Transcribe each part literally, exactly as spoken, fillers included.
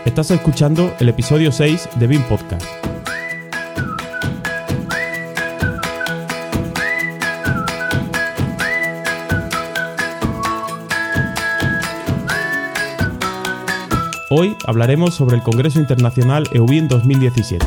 Estás escuchando el episodio seis de B I M Podcast. Hoy hablaremos sobre el Congreso Internacional E U B I M dos mil diecisiete.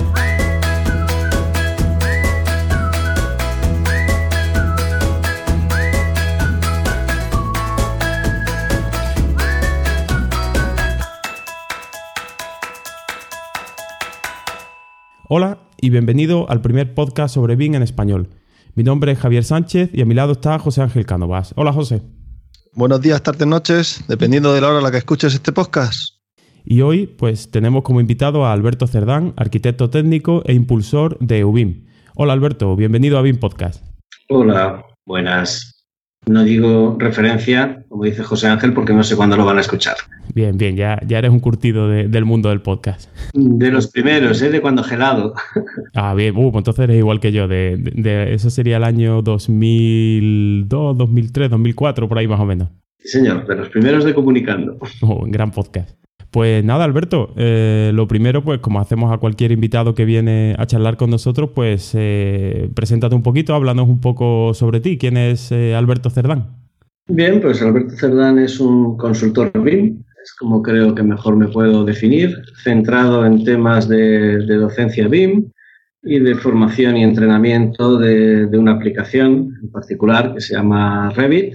Hola y bienvenido al primer podcast sobre B I M en español. Mi nombre es Javier Sánchez y a mi lado está José Ángel Cánovas. Hola, José. Buenos días, tardes, noches, dependiendo de la hora a la que escuches este podcast. Y hoy pues tenemos como invitado a Alberto Cerdán, arquitecto técnico e impulsor de E U B I M. Hola Alberto, bienvenido a B I M Podcast. Hola, buenas. No digo referencia, como dice José Ángel, porque no sé cuándo lo van a escuchar. Bien, bien, ya, ya eres un curtido de, del mundo del podcast. De los primeros, ¿eh? De cuando gelado. Ah, bien, uh, pues entonces eres igual que yo. De, de, de, eso sería el año dos mil dos, dos mil tres, dos mil cuatro, por ahí más o menos. Sí, señor, de los primeros de Comunicando. Oh, un gran podcast. Pues nada, Alberto, eh, lo primero, pues como hacemos a cualquier invitado que viene a charlar con nosotros, pues eh, preséntate un poquito, háblanos un poco sobre ti. ¿Quién es eh, Alberto Cerdán? Bien, pues Alberto Cerdán es un consultor B I M, es como creo que mejor me puedo definir, centrado en temas de, de docencia B I M y de formación y entrenamiento de, de una aplicación en particular que se llama Revit.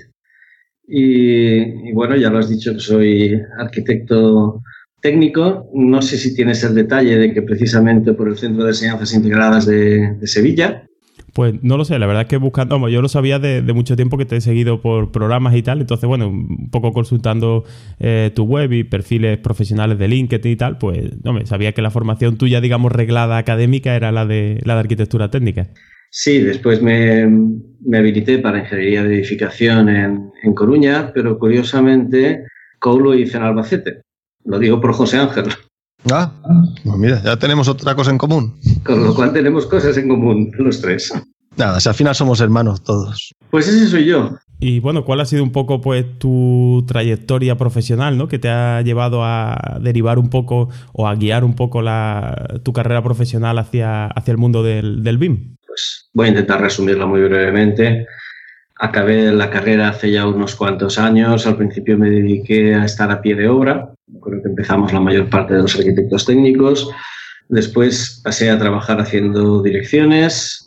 Y, y bueno, ya lo has dicho que soy arquitecto técnico. No sé si tienes el detalle de que precisamente por el Centro de Enseñanzas Integradas de, de Sevilla. Pues no lo sé, la verdad es que buscando, vamos, yo lo sabía de, de mucho tiempo que te he seguido por programas y tal, entonces bueno, un poco consultando eh, tu web y perfiles profesionales de LinkedIn y tal, pues no me sabía que la formación tuya, digamos, reglada académica era la de la de arquitectura técnica. Sí, después me, me habilité para ingeniería de edificación en, en Coruña, pero curiosamente C O U lo hice en Albacete. Lo digo por José Ángel. Ah, pues mira, ya tenemos otra cosa en común. Con lo cual tenemos cosas en común, los tres. Nada, si al final somos hermanos todos. Pues ese soy yo. Y bueno, ¿cuál ha sido un poco pues tu trayectoria profesional, ¿no? Que te ha llevado a derivar un poco o a guiar un poco la, tu carrera profesional hacia, hacia el mundo del, del B I M? Pues voy a intentar resumirla muy brevemente. Acabé la carrera hace ya unos cuantos años. Al principio me dediqué a estar a pie de obra. Creo que empezamos la mayor parte de los arquitectos técnicos. Después pasé a trabajar haciendo direcciones.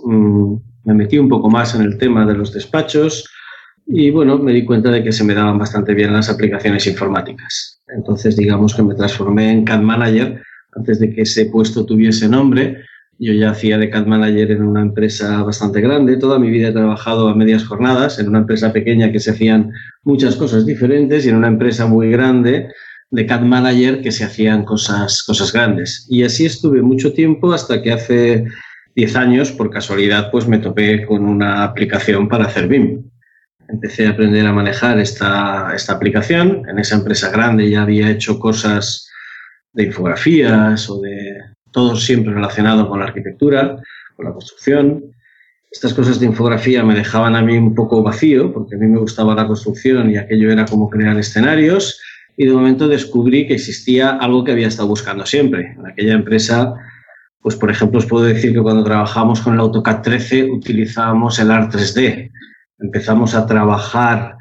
Me metí un poco más en el tema de los despachos y bueno, me di cuenta de que se me daban bastante bien las aplicaciones informáticas. Entonces, digamos que me transformé en C A D Manager antes de que ese puesto tuviese nombre. Yo ya hacía de C A D Manager en una empresa bastante grande. Toda mi vida he trabajado a medias jornadas en una empresa pequeña que se hacían muchas cosas diferentes y en una empresa muy grande de C A D Manager que se hacían cosas, cosas grandes. Y así estuve mucho tiempo hasta que hace diez años, por casualidad, pues me topé con una aplicación para hacer B I M. Empecé a aprender a manejar esta, esta aplicación. En esa empresa grande ya había hecho cosas de infografías o de todo siempre relacionado con la arquitectura, con la construcción. Estas cosas de infografía me dejaban a mí un poco vacío, porque a mí me gustaba la construcción y aquello era como crear escenarios. Y de momento descubrí que existía algo que había estado buscando siempre. En aquella empresa, pues por ejemplo, os puedo decir que cuando trabajamos con el AutoCAD trece utilizábamos el A R tres D. Empezamos a trabajar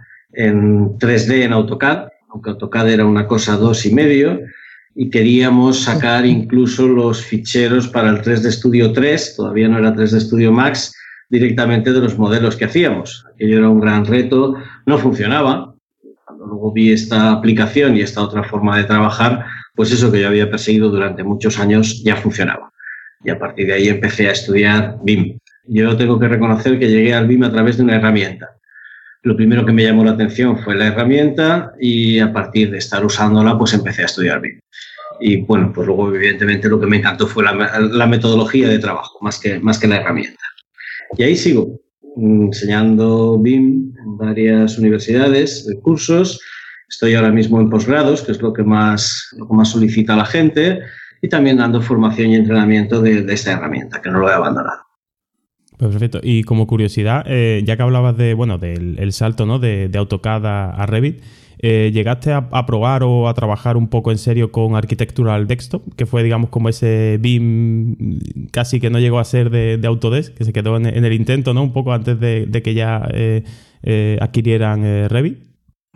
en tres D en AutoCAD, aunque AutoCAD era una cosa dos y medio, y queríamos sacar incluso los ficheros para el tres D Studio tres, todavía no era tres D Studio Max, directamente de los modelos que hacíamos. Aquello era un gran reto, no funcionaba. Cuando luego vi esta aplicación y esta otra forma de trabajar, pues eso que yo había perseguido durante muchos años ya funcionaba. Y a partir de ahí empecé a estudiar B I M. Yo tengo que reconocer que llegué al B I M a través de una herramienta. Lo primero que me llamó la atención fue la herramienta y a partir de estar usándola, pues empecé a estudiar B I M. Y bueno, pues luego evidentemente lo que me encantó fue la, la metodología de trabajo, más que, más que la herramienta. Y ahí sigo enseñando B I M en varias universidades, de cursos. Estoy ahora mismo en posgrados, que es lo que más, lo que más solicita la gente, y también dando formación y entrenamiento de, de esta herramienta, que no lo he abandonado. Perfecto. Y como curiosidad, eh, ya que hablabas de, bueno, del el salto, ¿no? de, de AutoCAD a, a Revit, Eh, ¿Llegaste a, a probar o a trabajar un poco en serio con Architectural Desktop? Que fue, digamos, como ese B I M casi que no llegó a ser de, de Autodesk, que se quedó en, en el intento, ¿no? Un poco antes de, de que ya eh, eh, adquirieran eh, Revit.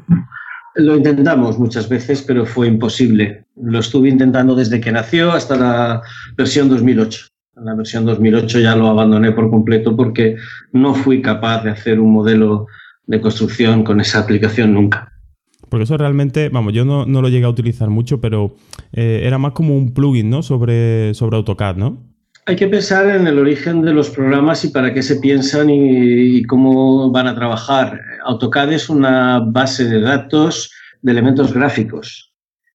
Lo intentamos muchas veces, pero fue imposible. Lo estuve intentando desde que nació hasta la versión dos mil ocho. En la versión dos mil ocho ya lo abandoné por completo porque no fui capaz de hacer un modelo de construcción con esa aplicación nunca. Porque eso realmente, vamos, yo no, no lo llegué a utilizar mucho, pero eh, era más como un plugin, ¿no? Sobre, sobre AutoCAD, ¿no? Hay que pensar en el origen de los programas y para qué se piensan y, y cómo van a trabajar. AutoCAD es una base de datos de elementos gráficos.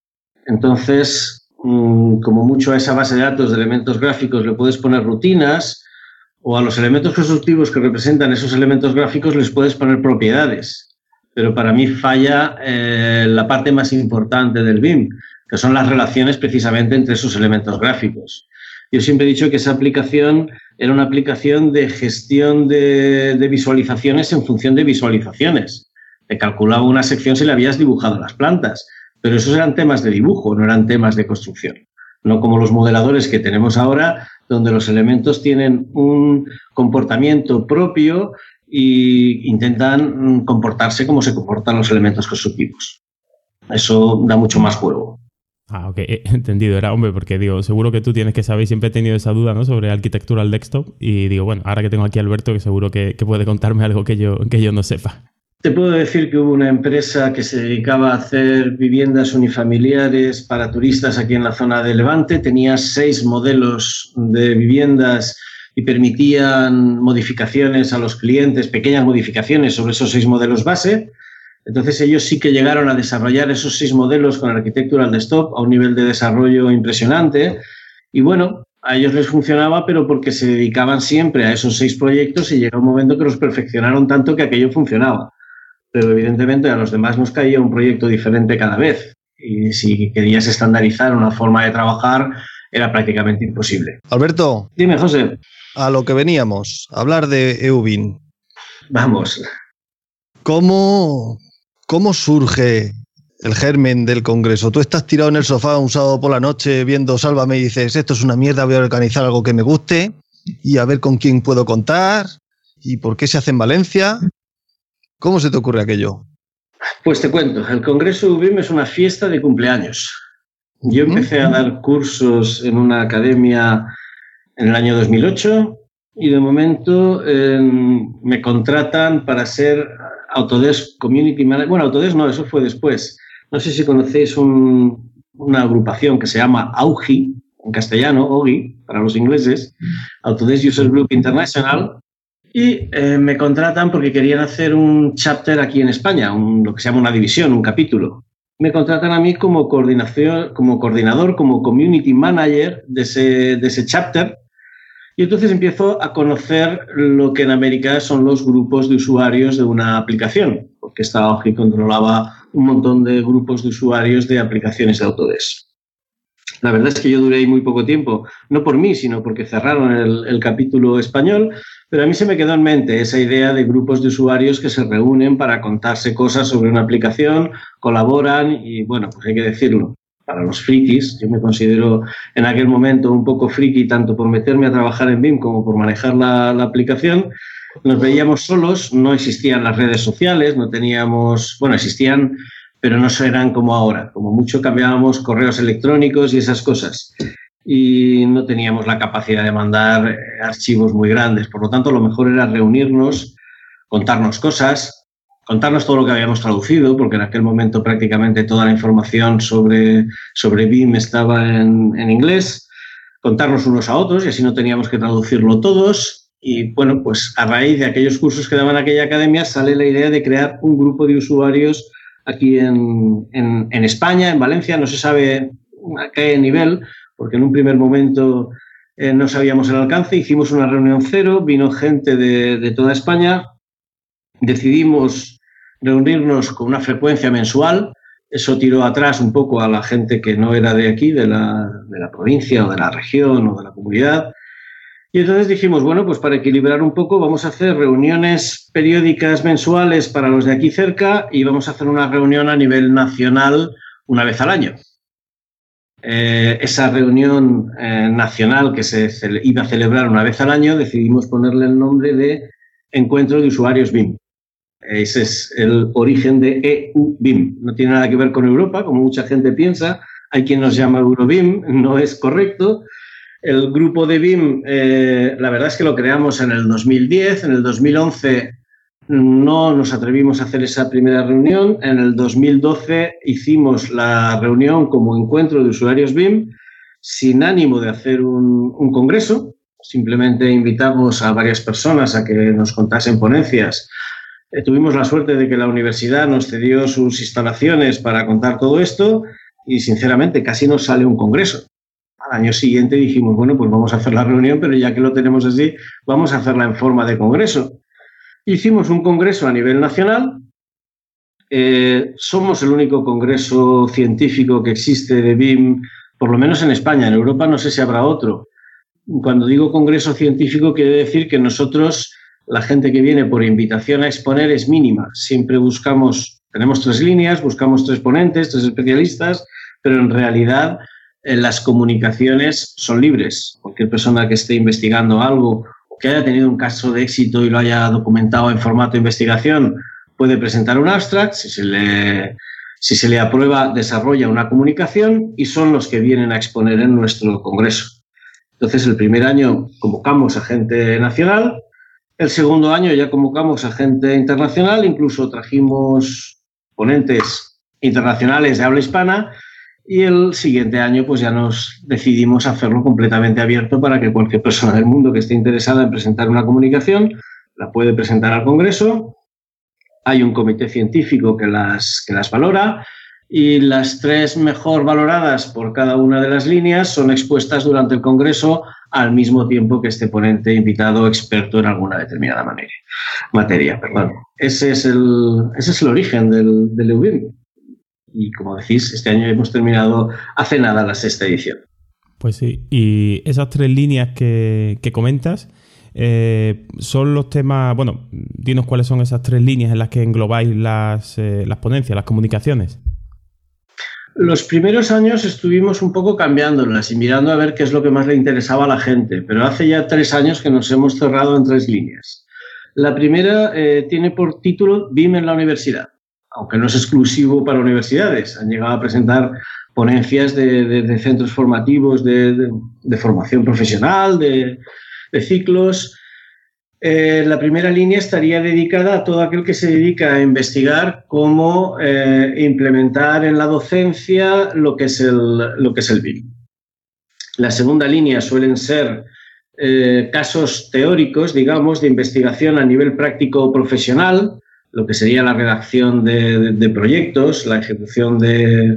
Entonces, mmm, como mucho a esa base de datos de elementos gráficos le puedes poner rutinas o a los elementos constructivos que representan esos elementos gráficos les puedes poner propiedades. Pero para mí falla eh, la parte más importante del B I M, que son las relaciones precisamente entre esos elementos gráficos. Yo siempre he dicho que esa aplicación era una aplicación de gestión de, de visualizaciones en función de visualizaciones. Te calculaba una sección si le habías dibujado las plantas, pero esos eran temas de dibujo, no eran temas de construcción. No como los modeladores que tenemos ahora, donde los elementos tienen un comportamiento propio e intentan comportarse como se comportan los elementos constructivos. Eso da mucho más juego. Ah, ok, entendido. Era, hombre, porque digo, seguro que tú tienes que saber, siempre he tenido esa duda, ¿no? Sobre Architectural Desktop y digo, bueno, ahora que tengo aquí a Alberto, que seguro que, que puede contarme algo que yo, que yo no sepa. Te puedo decir que hubo una empresa que se dedicaba a hacer viviendas unifamiliares para turistas aquí en la zona de Levante. Tenía seis modelos de viviendas y permitían modificaciones a los clientes, pequeñas modificaciones sobre esos seis modelos base. Entonces ellos sí que llegaron a desarrollar esos seis modelos con Architectural Desktop a un nivel de desarrollo impresionante. Y bueno, a ellos les funcionaba, pero porque se dedicaban siempre a esos seis proyectos y llegó un momento que los perfeccionaron tanto que aquello funcionaba. Pero evidentemente a los demás nos caía un proyecto diferente cada vez. Y si querías estandarizar una forma de trabajar, era prácticamente imposible. Alberto. Dime, José. A lo que veníamos, a hablar de E U B I M. Vamos. ¿Cómo, ¿Cómo surge el germen del Congreso? Tú estás tirado en el sofá un sábado por la noche viendo Sálvame y dices, esto es una mierda, voy a organizar algo que me guste y a ver con quién puedo contar y por qué se hace en Valencia. ¿Cómo se te ocurre aquello? Pues te cuento, el Congreso U B I M es una fiesta de cumpleaños. Yo empecé a dar cursos en una academia en el año dos mil ocho y de momento eh, me contratan para ser Autodesk Community Manager. Bueno, Autodesk no, eso fue después. No sé si conocéis un, una agrupación que se llama A U G I, en castellano, O G I, para los ingleses, Autodesk User Group International, y eh, me contratan porque querían hacer un chapter aquí en España, un, lo que se llama una división, un capítulo. Me contratan a mí como, coordinación, como coordinador, como Community Manager de ese, de ese chapter. Y entonces empiezo a conocer lo que en América son los grupos de usuarios de una aplicación, porque esta O G I controlaba un montón de grupos de usuarios de aplicaciones de Autodesk. La verdad es que yo duré ahí muy poco tiempo, no por mí, sino porque cerraron el, el capítulo español, pero a mí se me quedó en mente esa idea de grupos de usuarios que se reúnen para contarse cosas sobre una aplicación, colaboran y, bueno, pues hay que decirlo. Para los frikis, yo me considero en aquel momento un poco friki tanto por meterme a trabajar en B I M como por manejar la, la aplicación. Nos veíamos solos, no existían las redes sociales, no teníamos, bueno, existían, pero no eran como ahora. Como mucho cambiábamos correos electrónicos y esas cosas. Y no teníamos la capacidad de mandar archivos muy grandes. Por lo tanto, lo mejor era reunirnos, contarnos cosas, contarnos todo lo que habíamos traducido, porque en aquel momento prácticamente toda la información sobre, sobre B I M estaba en, en inglés, contarnos unos a otros y así no teníamos que traducirlo todos. Y bueno, pues a raíz de aquellos cursos que daban aquella academia sale la idea de crear un grupo de usuarios aquí en, en, en España, en Valencia, no se sabe a qué nivel, porque en un primer momento eh, no sabíamos el alcance, hicimos una reunión cero, vino gente de, de toda España. Decidimos reunirnos con una frecuencia mensual. Eso tiró atrás un poco a la gente que no era de aquí, de la, de la provincia o de la región o de la comunidad. Y entonces dijimos, bueno, pues para equilibrar un poco vamos a hacer reuniones periódicas mensuales para los de aquí cerca y vamos a hacer una reunión a nivel nacional una vez al año. Eh, esa reunión eh, nacional que se iba a celebrar una vez al año decidimos ponerle el nombre de Encuentro de Usuarios B I M. Ese es el origen de E U B I M. No tiene nada que ver con Europa, como mucha gente piensa. Hay quien nos llama EuroBIM, no es correcto. El grupo de B I M, eh, la verdad es que lo creamos en el dos mil diez. En el dos mil once no nos atrevimos a hacer esa primera reunión. En el dos mil doce hicimos la reunión como Encuentro de Usuarios B I M sin ánimo de hacer un, un congreso. Simplemente invitamos a varias personas a que nos contasen ponencias. Eh, tuvimos la suerte de que la universidad nos cedió sus instalaciones para contar todo esto y, sinceramente, casi nos sale un congreso. Al año siguiente dijimos, bueno, pues vamos a hacer la reunión, pero ya que lo tenemos así, vamos a hacerla en forma de congreso. Hicimos un congreso a nivel nacional. Eh, somos el único congreso científico que existe de B I M, por lo menos en España. En Europa no sé si habrá otro. Cuando digo congreso científico, quiere decir que nosotros, la gente que viene por invitación a exponer es mínima. Siempre buscamos, tenemos tres líneas, buscamos tres ponentes, tres especialistas, pero en realidad eh, las comunicaciones son libres. Cualquier persona que esté investigando algo o que haya tenido un caso de éxito y lo haya documentado en formato de investigación puede presentar un abstract. Si se le, si se le aprueba, desarrolla una comunicación y son los que vienen a exponer en nuestro congreso. Entonces, el primer año convocamos a gente nacional, el segundo año ya convocamos a gente internacional, incluso trajimos ponentes internacionales de habla hispana, y el siguiente año pues ya nos decidimos hacerlo completamente abierto para que cualquier persona del mundo que esté interesada en presentar una comunicación la puede presentar al Congreso. Hay un comité científico que las, que las valora, y las tres mejor valoradas por cada una de las líneas son expuestas durante el Congreso al mismo tiempo que este ponente invitado experto en alguna determinada manera, materia. Perdón. Ese es el, ese es el origen del, del E U B I M. Y como decís, este año hemos terminado hace nada la sexta edición. Pues sí, y esas tres líneas que, que comentas eh, son los temas... Bueno, dinos cuáles son esas tres líneas en las que englobáis las, eh, las ponencias, las comunicaciones. Los primeros años estuvimos un poco cambiándolas y mirando a ver qué es lo que más le interesaba a la gente, pero hace ya tres años que nos hemos cerrado en tres líneas. La primera eh, tiene por título B I M en la universidad, aunque no es exclusivo para universidades. Han llegado a presentar ponencias de, de, de centros formativos, de, de, de formación profesional, de, de ciclos. Eh, la primera línea estaría dedicada a todo aquel que se dedica a investigar cómo eh, implementar en la docencia lo que es el, lo que es el B I M. La segunda línea suelen ser eh, casos teóricos, digamos, de investigación a nivel práctico profesional, lo que sería la redacción de, de, de proyectos, la ejecución de...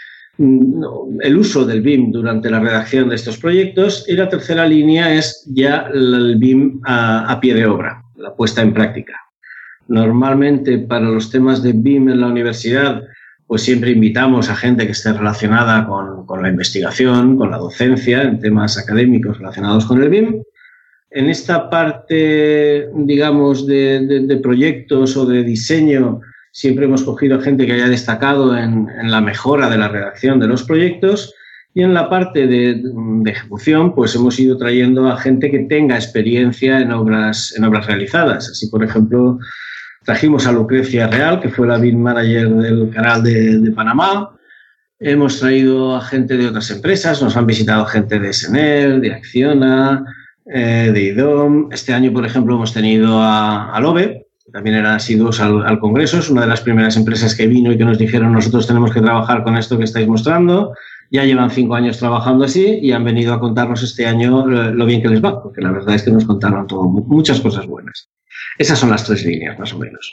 el uso del B I M durante la redacción de estos proyectos. Y la tercera línea es ya el B I M a, a pie de obra, la puesta en práctica. Normalmente para los temas de B I M en la universidad pues siempre invitamos a gente que esté relacionada con, con la investigación, con la docencia, en temas académicos relacionados con el B I M. En esta parte, digamos, de, de, de proyectos o de diseño, siempre hemos cogido a gente que haya destacado en, en la mejora de la redacción de los proyectos, y en la parte de, de ejecución pues hemos ido trayendo a gente que tenga experiencia en obras, en obras realizadas. Así, por ejemplo, trajimos a Lucrecia Real, que fue la B I M Manager del Canal de, de Panamá. Hemos traído a gente de otras empresas, nos han visitado gente de Senel, de Acciona, eh, de I D O M. Este año, por ejemplo, hemos tenido a, a Lobe, también eran asiduos al, al Congreso. Es una de las primeras empresas que vino y que nos dijeron nosotros tenemos que trabajar con esto que estáis mostrando. Ya llevan cinco años trabajando así y han venido a contarnos este año lo bien que les va, porque la verdad es que nos contaron todo, muchas cosas buenas. Esas son las tres líneas, más o menos.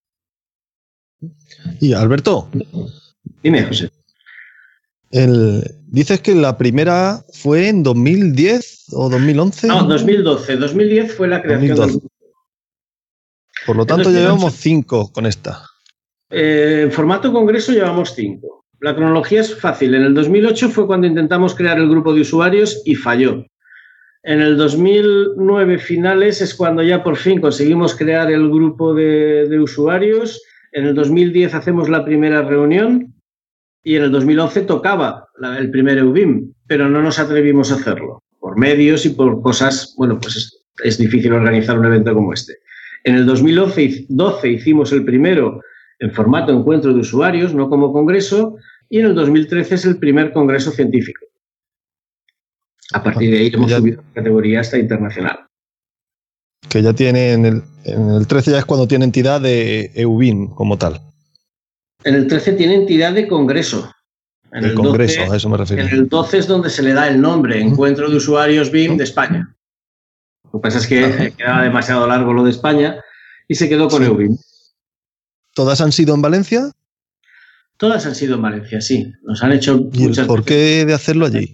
Y Alberto. Dime, José. El, dices que la primera fue en dos mil diez o dos mil once. No, dos mil doce. dos mil diez fue la creación del grupo. Por lo tanto, ya llevamos cinco con esta. Eh, en formato congreso llevamos cinco. La cronología es fácil. En el dos mil ocho fue cuando intentamos crear el grupo de usuarios y falló. En el dos mil nueve finales es cuando ya por fin conseguimos crear el grupo de, de usuarios. En el dos mil diez hacemos la primera reunión y en el dos mil once tocaba la, el primer E U B I M, pero no nos atrevimos a hacerlo por medios y por cosas, bueno, pues es, es difícil organizar un evento como este. En el dos mil doce hicimos el primero en formato encuentro de usuarios, no como congreso, y en el dos mil trece es el primer congreso científico. A partir de ahí hemos ya, subido la categoría hasta internacional. Que ya tiene, en el, en el trece ya es cuando tiene entidad de E U B I M como tal. En el trece tiene entidad de congreso. En el, el congreso, doce, a eso me refiero. En el doce es donde se le da el nombre, Encuentro de Usuarios B I M de España. Lo que pasa es que ah. quedaba demasiado largo lo de España y se quedó con sí. E U B I M. ¿Todas han sido en Valencia? Todas han sido en Valencia, sí. Nos han hecho ¿Y muchas el por qué de hacerlo allí?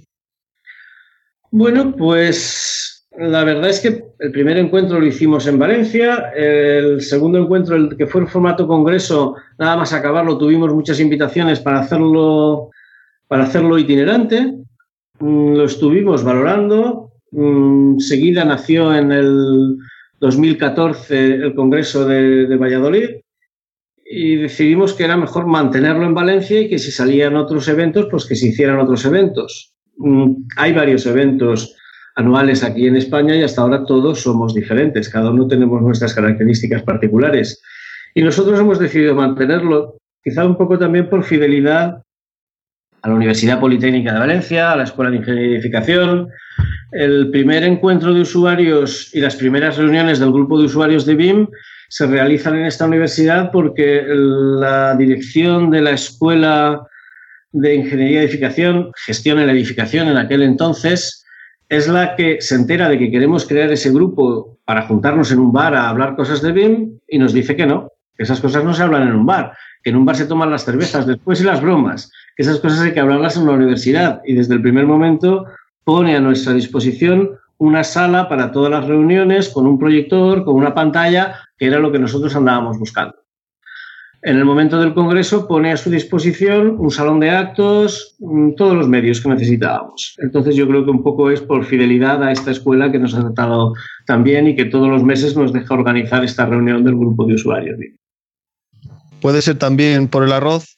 Bueno, pues la verdad es que el primer encuentro lo hicimos en Valencia, el segundo encuentro, el que fue en formato congreso, nada más acabarlo tuvimos muchas invitaciones para hacerlo, para hacerlo itinerante, lo estuvimos valorando, seguida nació en el dos mil catorce el congreso de, de Valladolid y decidimos que era mejor mantenerlo en Valencia y que si salían otros eventos, pues que se hicieran otros eventos. Hay varios eventos anuales aquí en España y hasta ahora todos somos diferentes, cada uno tenemos nuestras características particulares y nosotros hemos decidido mantenerlo, quizá un poco también por fidelidad a la Universidad Politécnica de Valencia, a la Escuela de Ingeniería y Edificación. El primer encuentro de usuarios y las primeras reuniones del grupo de usuarios de B I M se realizan en esta universidad porque la dirección de la Escuela de Ingeniería y Edificación, gestión en la edificación en aquel entonces, es la que se entera de que queremos crear ese grupo para juntarnos en un bar a hablar cosas de B I M y nos dice que no, que esas cosas no se hablan en un bar, que en un bar se toman las cervezas después y las bromas, que esas cosas hay que hablarlas en la universidad y desde el primer momento pone a nuestra disposición una sala para todas las reuniones con un proyector, con una pantalla, que era lo que nosotros andábamos buscando. En el momento del congreso pone a su disposición un salón de actos, todos los medios que necesitábamos. Entonces yo creo que un poco es por fidelidad a esta escuela que nos ha tratado tan bien y que todos los meses nos deja organizar esta reunión del grupo de usuarios. ¿Puede ser también por el arroz?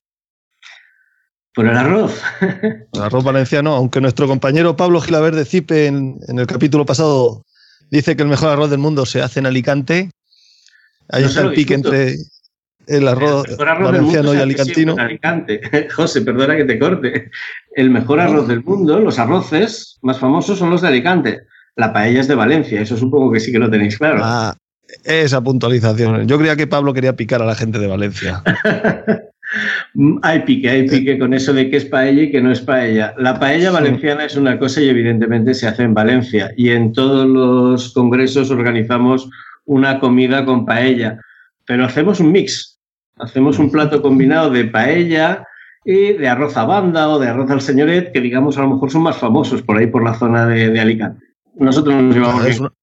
Por el arroz. El arroz valenciano, aunque nuestro compañero Pablo Gilabert de CIPE en, en el capítulo pasado dice que el mejor arroz del mundo se hace en Alicante. Ahí no está el pique entre el arroz, el arroz valenciano y alicantino. En Alicante. José, perdona que te corte. El mejor arroz del mundo, los arroces más famosos son los de Alicante. La paella es de Valencia, eso supongo que sí que lo tenéis claro. Ah, esa puntualización. Yo creía que Pablo quería picar a la gente de Valencia. Hay pique, hay pique con eso de que es paella y que no es paella. La paella valenciana es una cosa y evidentemente se hace en Valencia y en todos los congresos organizamos una comida con paella, pero hacemos un mix. Hacemos un plato combinado de paella y de arroz a banda o de arroz al señoret, que digamos a lo mejor son más famosos por ahí por la zona de, de Alicante. Nosotros nos llevamos es, un,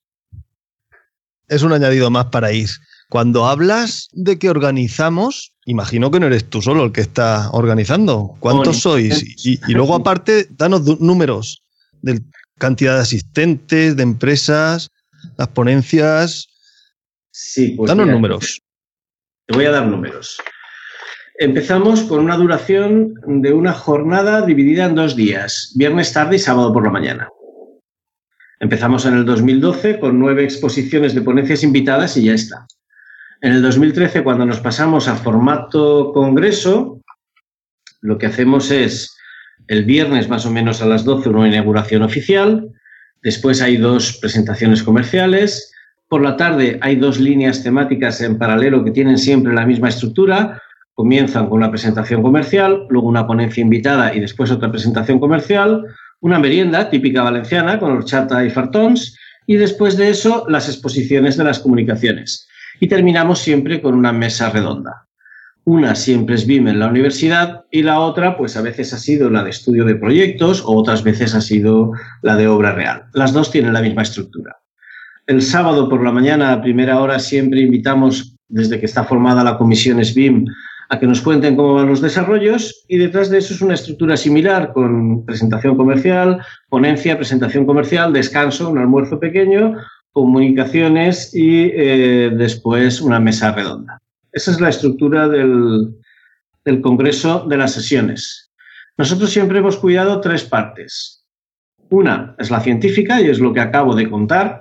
es un añadido más para ir. Cuando hablas de que organizamos, imagino que no eres tú solo el que está organizando. ¿Cuántos sois? Y, y luego aparte, danos números de cantidad de asistentes, de empresas, las ponencias. Sí, pues danos mira, números. Te voy a dar números. Empezamos con una duración de una jornada dividida en dos días, viernes tarde y sábado por la mañana. Empezamos en el dos mil doce con nueve exposiciones de ponencias invitadas y ya está. En el dos mil trece, cuando nos pasamos a formato congreso, lo que hacemos es el viernes más o menos a las doce una inauguración oficial, después hay dos presentaciones comerciales, por la tarde hay dos líneas temáticas en paralelo que tienen siempre la misma estructura, comienzan con una presentación comercial, luego una ponencia invitada y después otra presentación comercial, una merienda típica valenciana con horchata y fartons y después de eso las exposiciones de las comunicaciones. Y terminamos siempre con una mesa redonda. Una siempre es B I M en la universidad y la otra pues a veces ha sido la de estudio de proyectos o otras veces ha sido la de obra real. Las dos tienen la misma estructura. El sábado por la mañana a primera hora siempre invitamos, desde que está formada la comisión S B I M, a que nos cuenten cómo van los desarrollos, y detrás de eso es una estructura similar con presentación comercial, ponencia, presentación comercial, descanso, un almuerzo pequeño, comunicaciones y eh, después una mesa redonda. Esa es la estructura del, del congreso, de las sesiones. Nosotros siempre hemos cuidado tres partes. Una es la científica y es lo que acabo de contar.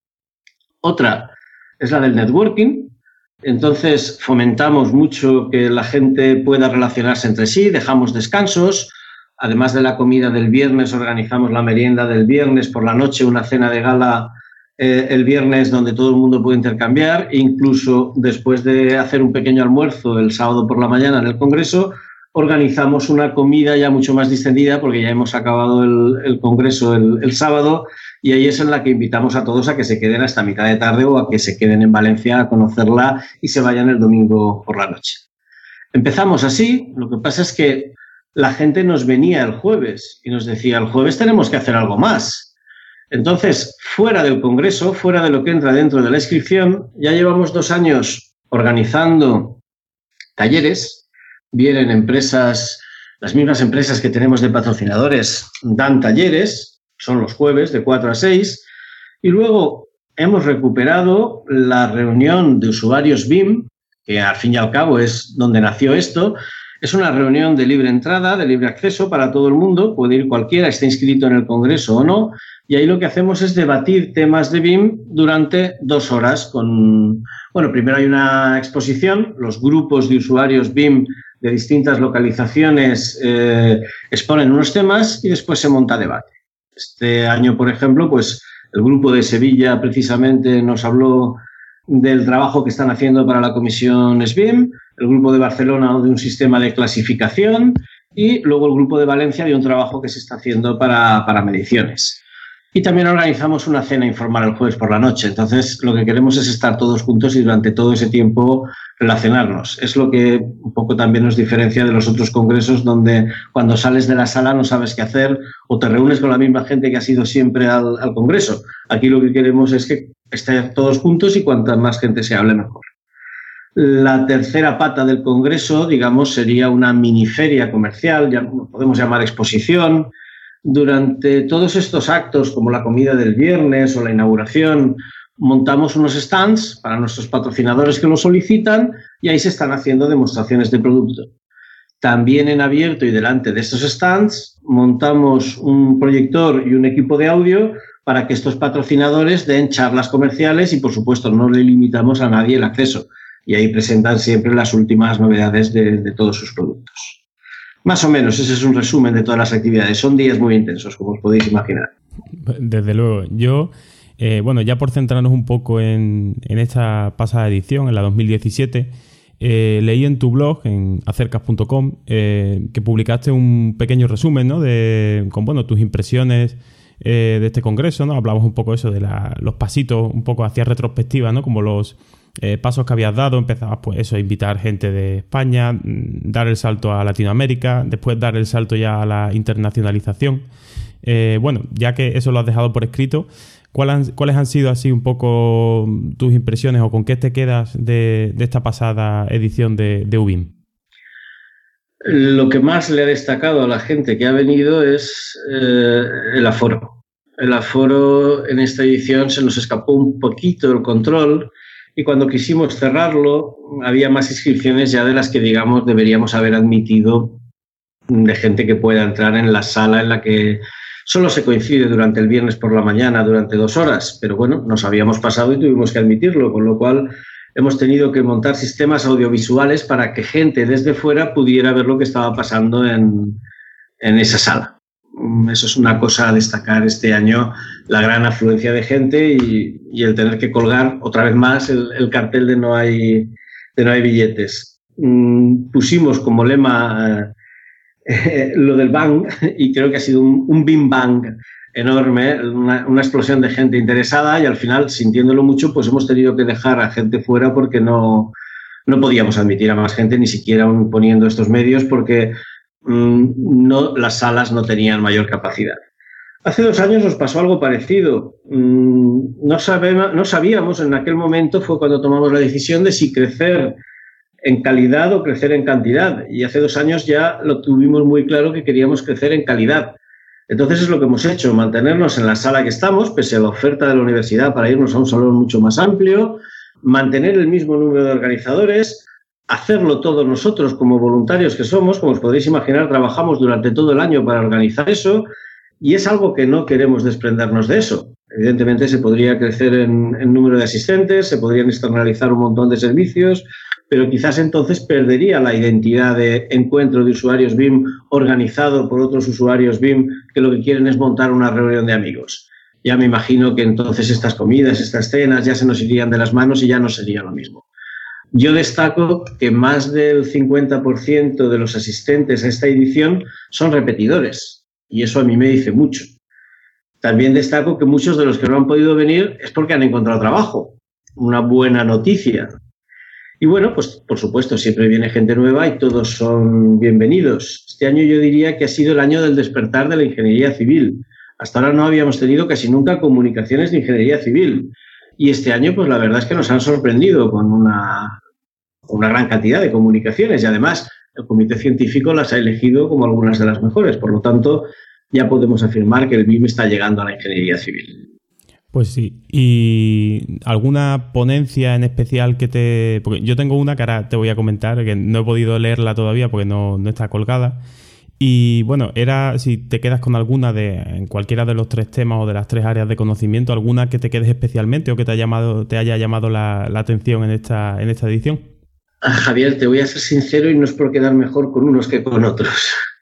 Otra es la del networking. Entonces fomentamos mucho que la gente pueda relacionarse entre sí, dejamos descansos. Además de la comida del viernes, organizamos la merienda del viernes por la noche, una cena de gala eh, el viernes donde todo el mundo puede intercambiar. E incluso después de hacer un pequeño almuerzo el sábado por la mañana en el congreso, organizamos una comida ya mucho más distendida porque ya hemos acabado el, el congreso el, el sábado, y ahí es en la que invitamos a todos a que se queden hasta mitad de tarde o a que se queden en Valencia a conocerla y se vayan el domingo por la noche. Empezamos así. Lo que pasa es que la gente nos venía el jueves y nos decía, el jueves tenemos que hacer algo más. Entonces, fuera del congreso, fuera de lo que entra dentro de la inscripción, ya llevamos dos años organizando talleres. Vienen empresas, las mismas empresas que tenemos de patrocinadores dan talleres, son los jueves de cuatro a seis, y luego hemos recuperado la reunión de usuarios B I M, que al fin y al cabo es donde nació esto. Es una reunión de libre entrada, de libre acceso para todo el mundo, puede ir cualquiera, esté inscrito en el congreso o no, y ahí lo que hacemos es debatir temas de B I M durante dos horas. Con, bueno, primero hay una exposición, los grupos de usuarios B I M de distintas localizaciones eh, exponen unos temas y después se monta debate. Este año, por ejemplo, pues el grupo de Sevilla precisamente nos habló del trabajo que están haciendo para la comisión S B I M, el grupo de Barcelona de un sistema de clasificación y luego el grupo de Valencia de un trabajo que se está haciendo para, para mediciones. Y también organizamos una cena informal el jueves por la noche. Entonces, lo que queremos es estar todos juntos y durante todo ese tiempo relacionarnos. Es lo que un poco también nos diferencia de los otros congresos donde cuando sales de la sala no sabes qué hacer o te reúnes con la misma gente que has ido siempre al, al congreso. Aquí lo que queremos es que estén todos juntos y cuanta más gente se hable, mejor. La tercera pata del congreso, digamos, sería una mini feria comercial, ya podemos llamar exposición. Durante todos estos actos, como la comida del viernes o la inauguración, montamos unos stands para nuestros patrocinadores que lo solicitan y ahí se están haciendo demostraciones de producto. También en abierto y delante de estos stands montamos un proyector y un equipo de audio para que estos patrocinadores den charlas comerciales y, por supuesto, no le limitamos a nadie el acceso. Y ahí presentan siempre las últimas novedades de, de todos sus productos. Más o menos, ese es un resumen de todas las actividades. Son días muy intensos, como os podéis imaginar. Desde luego. Yo, eh, bueno, ya por centrarnos un poco en, en esta pasada edición, en la dos mil diecisiete, eh, leí en tu blog, en acercas punto com, eh, que publicaste un pequeño resumen, ¿no? De, con, bueno, tus impresiones eh, de este congreso, ¿no? Hablamos un poco eso de la, los pasitos, un poco hacia retrospectiva, ¿no? Como los eh, pasos que habías dado. Empezabas, pues eso, a invitar gente de España, dar el salto a Latinoamérica, después dar el salto ya a la internacionalización. Eh, bueno, ya que eso lo has dejado por escrito, ¿cuáles han, ¿cuáles han sido así un poco tus impresiones o con qué te quedas de, de esta pasada edición de, de U B I M? Lo que más le ha destacado a la gente que ha venido es eh, el aforo. El aforo en esta edición se nos escapó un poquito el control y cuando quisimos cerrarlo había más inscripciones ya de las que, digamos, deberíamos haber admitido de gente que pueda entrar en la sala en la que solo se coincide durante el viernes por la mañana durante dos horas. Pero bueno, nos habíamos pasado y tuvimos que admitirlo, con lo cual hemos tenido que montar sistemas audiovisuales para que gente desde fuera pudiera ver lo que estaba pasando en, en esa sala. Eso es una cosa a destacar este año, la gran afluencia de gente y, y el tener que colgar otra vez más el, el cartel de no hay, de no hay billetes. Mm, pusimos como lema eh, lo del bang y creo que ha sido un, un bim bang enorme, una, una explosión de gente interesada y al final, sintiéndolo mucho, pues hemos tenido que dejar a gente fuera porque no, no podíamos admitir a más gente, ni siquiera aún poniendo estos medios, porque No, las salas no tenían mayor capacidad. Hace dos años nos pasó algo parecido. No, sabemos, no sabíamos en aquel momento, fue cuando tomamos la decisión de si crecer en calidad o crecer en cantidad. Y hace dos años ya lo tuvimos muy claro que queríamos crecer en calidad. Entonces es lo que hemos hecho, mantenernos en la sala que estamos, pese a la oferta de la universidad para irnos a un salón mucho más amplio, mantener el mismo número de organizadores, hacerlo todos nosotros como voluntarios que somos. Como os podréis imaginar, trabajamos durante todo el año para organizar eso y es algo que no queremos desprendernos de eso. Evidentemente se podría crecer en, en número de asistentes, se podrían externalizar un montón de servicios, pero quizás entonces perdería la identidad de encuentro de usuarios B I M organizado por otros usuarios B I M que lo que quieren es montar una reunión de amigos. Ya me imagino que entonces estas comidas, estas cenas ya se nos irían de las manos y ya no sería lo mismo. Yo destaco que más del cincuenta por ciento de los asistentes a esta edición son repetidores y eso a mí me dice mucho. También destaco que muchos de los que no han podido venir es porque han encontrado trabajo. Una buena noticia. Y bueno, pues por supuesto, siempre viene gente nueva y todos son bienvenidos. Este año yo diría que ha sido el año del despertar de la ingeniería civil. Hasta ahora no habíamos tenido casi nunca comunicaciones de ingeniería civil. Y este año, pues la verdad es que nos han sorprendido con una, una gran cantidad de comunicaciones. Y además, el comité científico las ha elegido como algunas de las mejores. Por lo tanto, ya podemos afirmar que el B I M está llegando a la ingeniería civil. Pues sí. ¿Y alguna ponencia en especial que te...? Porque yo tengo una que ahora te voy a comentar, que no he podido leerla todavía porque no, no está colgada. Y bueno, era si te quedas con alguna de en cualquiera de los tres temas o de las tres áreas de conocimiento, alguna que te quedes especialmente o que te haya llamado, te haya llamado la, la atención en esta, en esta edición. Ah, Javier, te voy a ser sincero y no es por quedar mejor con unos que con otros.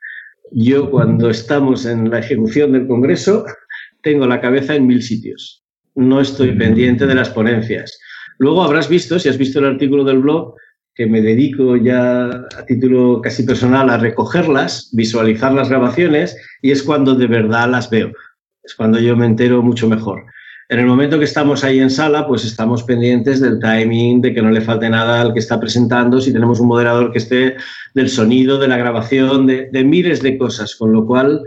Yo cuando estamos en la ejecución del congreso tengo la cabeza en mil sitios. No estoy pendiente de las ponencias. Luego habrás visto, si has visto el artículo del blog, que me dedico ya a título casi personal a recogerlas, visualizar las grabaciones, y es cuando de verdad las veo. Es cuando yo me entero mucho mejor. En el momento que estamos ahí en sala, pues estamos pendientes del timing, de que no le falte nada al que está presentando, si tenemos un moderador que esté, del sonido, de la grabación, de, de miles de cosas, con lo cual...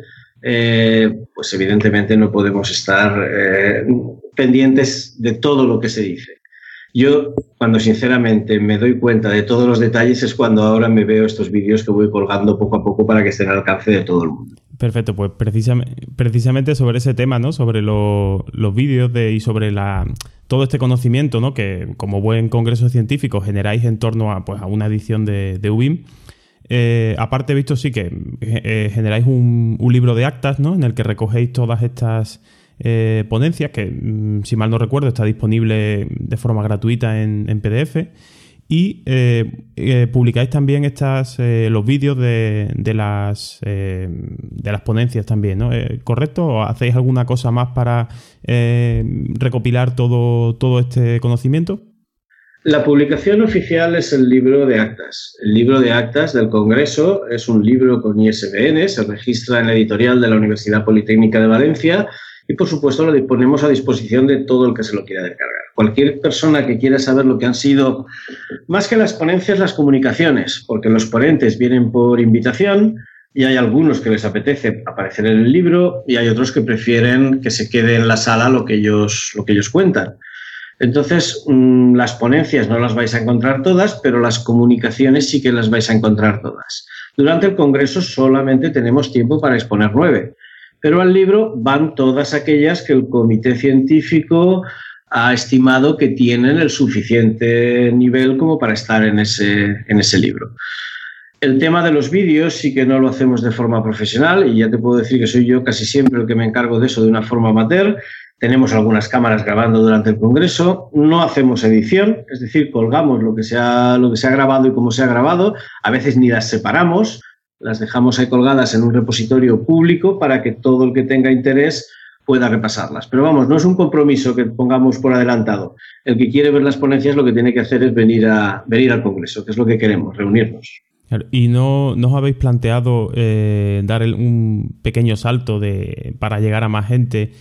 Eh, pues evidentemente no podemos estar eh, pendientes de todo lo que se dice. Yo, cuando sinceramente me doy cuenta de todos los detalles, es cuando ahora me veo estos vídeos que voy colgando poco a poco para que estén al alcance de todo el mundo. Perfecto, pues precisamente, precisamente sobre ese tema, ¿no? Sobre lo, los vídeos de, y sobre la, todo este conocimiento, ¿no? Que como buen congreso científico generáis en torno a, pues, a una edición de, de U B I M. Eh, aparte he visto sí que eh, generáis un, un libro de actas, ¿no? En el que recogéis todas estas eh, ponencias que, mm, si mal no recuerdo, está disponible de forma gratuita en, en P D F y eh, eh, publicáis también estas eh, los vídeos de, de, las, eh, de las ponencias también, ¿no? Eh, ¿Correcto? ¿O hacéis alguna cosa más para eh, recopilar todo, todo este conocimiento? La publicación oficial es el libro de actas. El libro de actas del Congreso es un libro con I S B N, se registra en la editorial de la Universidad Politécnica de Valencia y, por supuesto, lo ponemos a disposición de todo el que se lo quiera descargar. Cualquier persona que quiera saber lo que han sido, más que las ponencias, las comunicaciones, porque los ponentes vienen por invitación y hay algunos que les apetece aparecer en el libro y hay otros que prefieren que se quede en la sala lo que ellos, lo que ellos cuentan. Entonces, mmm, las ponencias no las vais a encontrar todas, pero las comunicaciones sí que las vais a encontrar todas. Durante el congreso solamente tenemos tiempo para exponer nueve, pero al libro van todas aquellas que el comité científico ha estimado que tienen el suficiente nivel como para estar en ese, en ese libro. El tema de los vídeos sí que no lo hacemos de forma profesional y ya te puedo decir que soy yo casi siempre el que me encargo de eso de una forma amateur. Tenemos algunas cámaras grabando durante el congreso, no hacemos edición, es decir, colgamos lo que se ha, lo que se ha grabado y cómo se ha grabado, a veces ni las separamos, las dejamos ahí colgadas en un repositorio público para que todo el que tenga interés pueda repasarlas. Pero vamos, no es un compromiso que pongamos por adelantado. El que quiere ver las ponencias lo que tiene que hacer es venir, a, venir al congreso, que es lo que queremos, reunirnos. ¿Y no, no os habéis planteado eh, dar el, un pequeño salto de, para llegar a más gente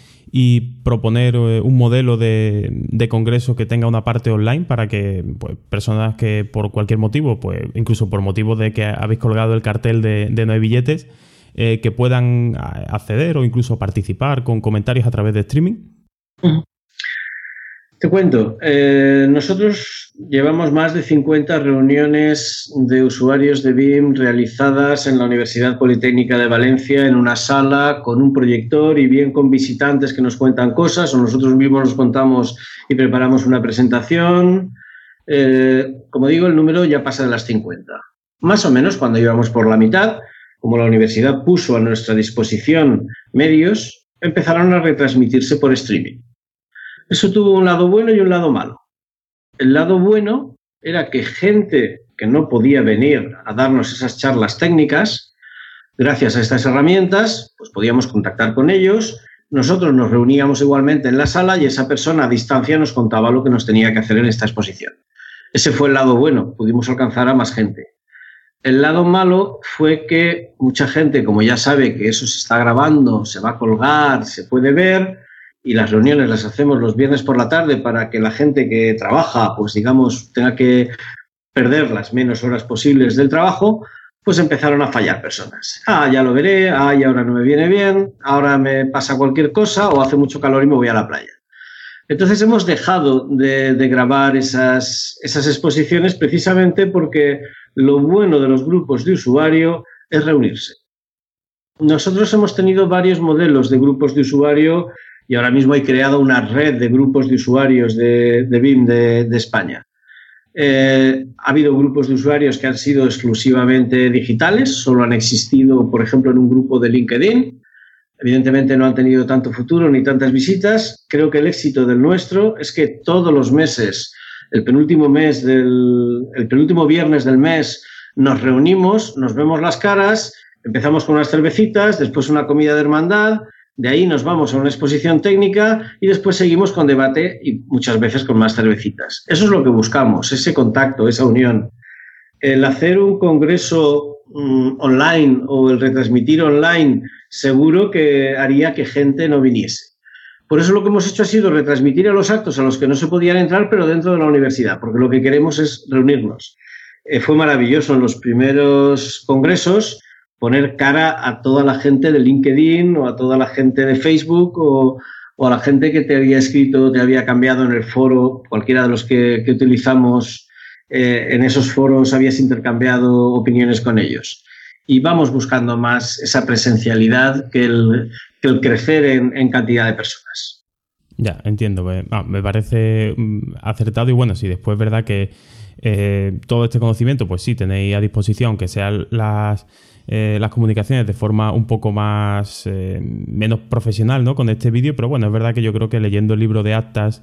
y proponer eh, un modelo de, de congreso que tenga una parte online para que pues, personas que por cualquier motivo, pues incluso por motivo de que habéis colgado el cartel de, de no hay billetes, eh, que puedan acceder o incluso participar con comentarios a través de streaming? Te cuento, eh, nosotros llevamos más de cincuenta reuniones de usuarios de B I M realizadas en la Universidad Politécnica de Valencia en una sala con un proyector y bien con visitantes que nos cuentan cosas o nosotros mismos nos contamos y preparamos una presentación. Eh, como digo, el número ya pasa de las cincuenta. Más o menos cuando íbamos por la mitad, como la universidad puso a nuestra disposición medios, empezaron a retransmitirse por streaming. Eso tuvo un lado bueno y un lado malo. El lado bueno era que gente que no podía venir a darnos esas charlas técnicas, gracias a estas herramientas, pues podíamos contactar con ellos, nosotros nos reuníamos igualmente en la sala y esa persona a distancia nos contaba lo que nos tenía que hacer en esta exposición. Ese fue el lado bueno, pudimos alcanzar a más gente. El lado malo fue que mucha gente, como ya sabe que eso se está grabando, se va a colgar, se puede ver, y las reuniones las hacemos los viernes por la tarde para que la gente que trabaja, pues digamos, tenga que perder las menos horas posibles del trabajo, pues empezaron a fallar personas. Ah, ya lo veré, ah, y ahora no me viene bien, ahora me pasa cualquier cosa o hace mucho calor y me voy a la playa. Entonces hemos dejado de, de grabar esas, esas exposiciones precisamente porque lo bueno de los grupos de usuario es reunirse. Nosotros hemos tenido varios modelos de grupos de usuario y ahora mismo he creado una red de grupos de usuarios de, de B I M de, de España. Eh, ha habido grupos de usuarios que han sido exclusivamente digitales, solo han existido, por ejemplo, en un grupo de LinkedIn. Evidentemente no han tenido tanto futuro ni tantas visitas. Creo que el éxito del nuestro es que todos los meses, el penúltimo mes del, el penúltimo viernes del mes, nos reunimos, nos vemos las caras, empezamos con unas cervecitas, después una comida de hermandad. De ahí nos vamos a una exposición técnica y después seguimos con debate y muchas veces con más cervecitas. Eso es lo que buscamos, ese contacto, esa unión. El hacer un congreso um, online o el retransmitir online seguro que haría que gente no viniese. Por eso lo que hemos hecho ha sido retransmitir a los actos a los que no se podían entrar, pero dentro de la universidad, porque lo que queremos es reunirnos. Eh, fue maravilloso en los primeros congresos poner cara a toda la gente de LinkedIn o a toda la gente de Facebook o, o a la gente que te había escrito, te había cambiado en el foro, cualquiera de los que, que utilizamos eh, en esos foros habías intercambiado opiniones con ellos. Y vamos buscando más esa presencialidad que el, que el crecer en, en cantidad de personas. Ya, entiendo. Me, ah, me parece acertado y bueno, sí, después es verdad que eh, todo este conocimiento, pues sí, tenéis a disposición que sean las... Eh, las comunicaciones de forma un poco más eh, menos profesional, ¿no? Con este vídeo, pero bueno, es verdad que yo creo que leyendo el libro de actas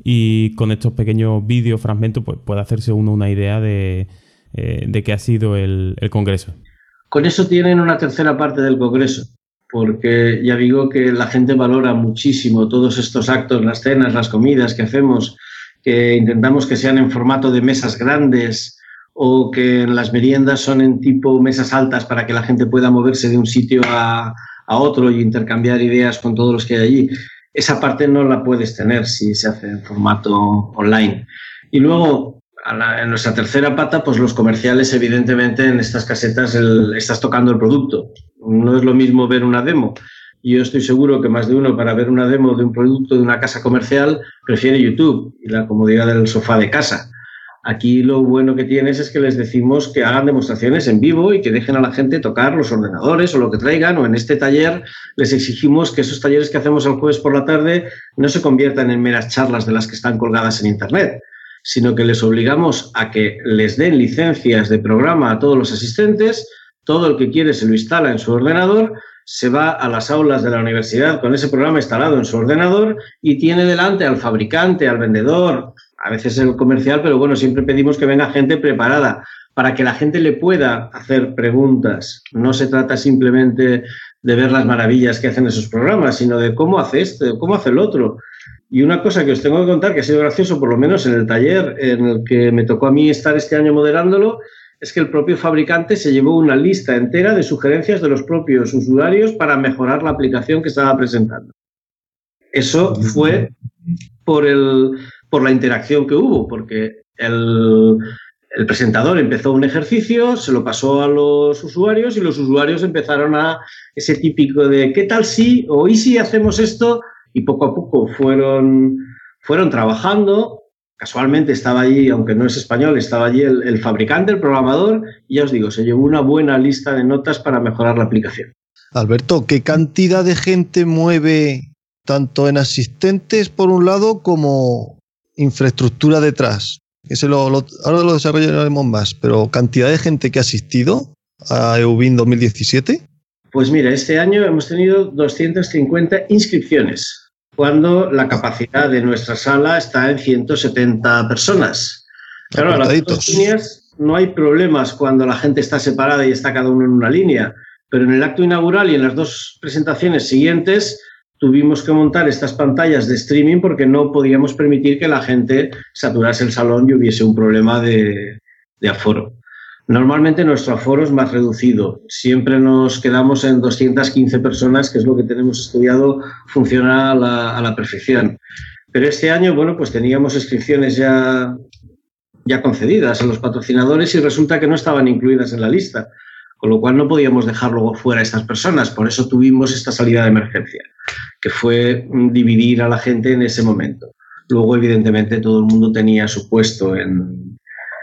y con estos pequeños vídeos, fragmentos, pues puede hacerse uno una idea de, eh, de qué ha sido el, el congreso. Con eso tienen una tercera parte del congreso, porque ya digo que la gente valora muchísimo todos estos actos, las cenas, las comidas que hacemos, que intentamos que sean en formato de mesas grandes, o que las meriendas son en tipo mesas altas para que la gente pueda moverse de un sitio a, a otro y intercambiar ideas con todos los que hay allí. Esa parte no la puedes tener si se hace en formato online. Y luego, a la, en nuestra tercera pata, pues los comerciales, evidentemente, en estas casetas el, estás tocando el producto. No es lo mismo ver una demo. Yo estoy seguro que más de uno, para ver una demo de un producto de una casa comercial, prefiere YouTube y la comodidad del sofá de casa. Aquí lo bueno que tienes es que les decimos que hagan demostraciones en vivo y que dejen a la gente tocar los ordenadores o lo que traigan, o en este taller les exigimos que esos talleres que hacemos el jueves por la tarde no se conviertan en meras charlas de las que están colgadas en Internet, sino que les obligamos a que les den licencias de programa a todos los asistentes, todo el que quiere se lo instala en su ordenador, se va a las aulas de la universidad con ese programa instalado en su ordenador y tiene delante al fabricante, al vendedor, a veces el comercial, pero bueno, siempre pedimos que venga gente preparada para que la gente le pueda hacer preguntas. No se trata simplemente de ver las maravillas que hacen esos programas, sino de cómo hace este, cómo hace el otro. Y una cosa que os tengo que contar, que ha sido gracioso, por lo menos en el taller en el que me tocó a mí estar este año moderándolo, es que el propio fabricante se llevó una lista entera de sugerencias de los propios usuarios para mejorar la aplicación que estaba presentando. Eso fue por el... por la interacción que hubo, porque el, el presentador empezó un ejercicio, se lo pasó a los usuarios y los usuarios empezaron a ese típico de ¿qué tal si? O ¿y si hacemos esto? Y poco a poco fueron, fueron trabajando. Casualmente estaba allí, aunque no es español, estaba allí el, el fabricante, el programador, y ya os digo, se llevó una buena lista de notas para mejorar la aplicación. Alberto, ¿qué cantidad de gente mueve tanto en asistentes por un lado como infraestructura detrás? Ese lo, lo, ahora lo desarrollaremos más, pero ¿cantidad de gente que ha asistido a EUBIM dos mil diecisiete? Pues mira, este año hemos tenido doscientas cincuenta inscripciones, cuando la capacidad de nuestra sala está en ciento setenta personas. Claro, las dos líneas no hay problemas cuando la gente está separada y está cada uno en una línea, pero en el acto inaugural y en las dos presentaciones siguientes tuvimos que montar estas pantallas de streaming porque no podíamos permitir que la gente saturase el salón y hubiese un problema de, de aforo. Normalmente nuestro aforo es más reducido. Siempre nos quedamos en doscientas quince personas, que es lo que tenemos estudiado, funciona a la, a la perfección. Pero este año, bueno, pues teníamos inscripciones ya, ya concedidas a los patrocinadores y resulta que no estaban incluidas en la lista, con lo cual no podíamos dejar luego fuera a estas personas. Por eso tuvimos esta salida de emergencia, que fue dividir a la gente en ese momento. Luego, evidentemente, todo el mundo tenía su puesto en,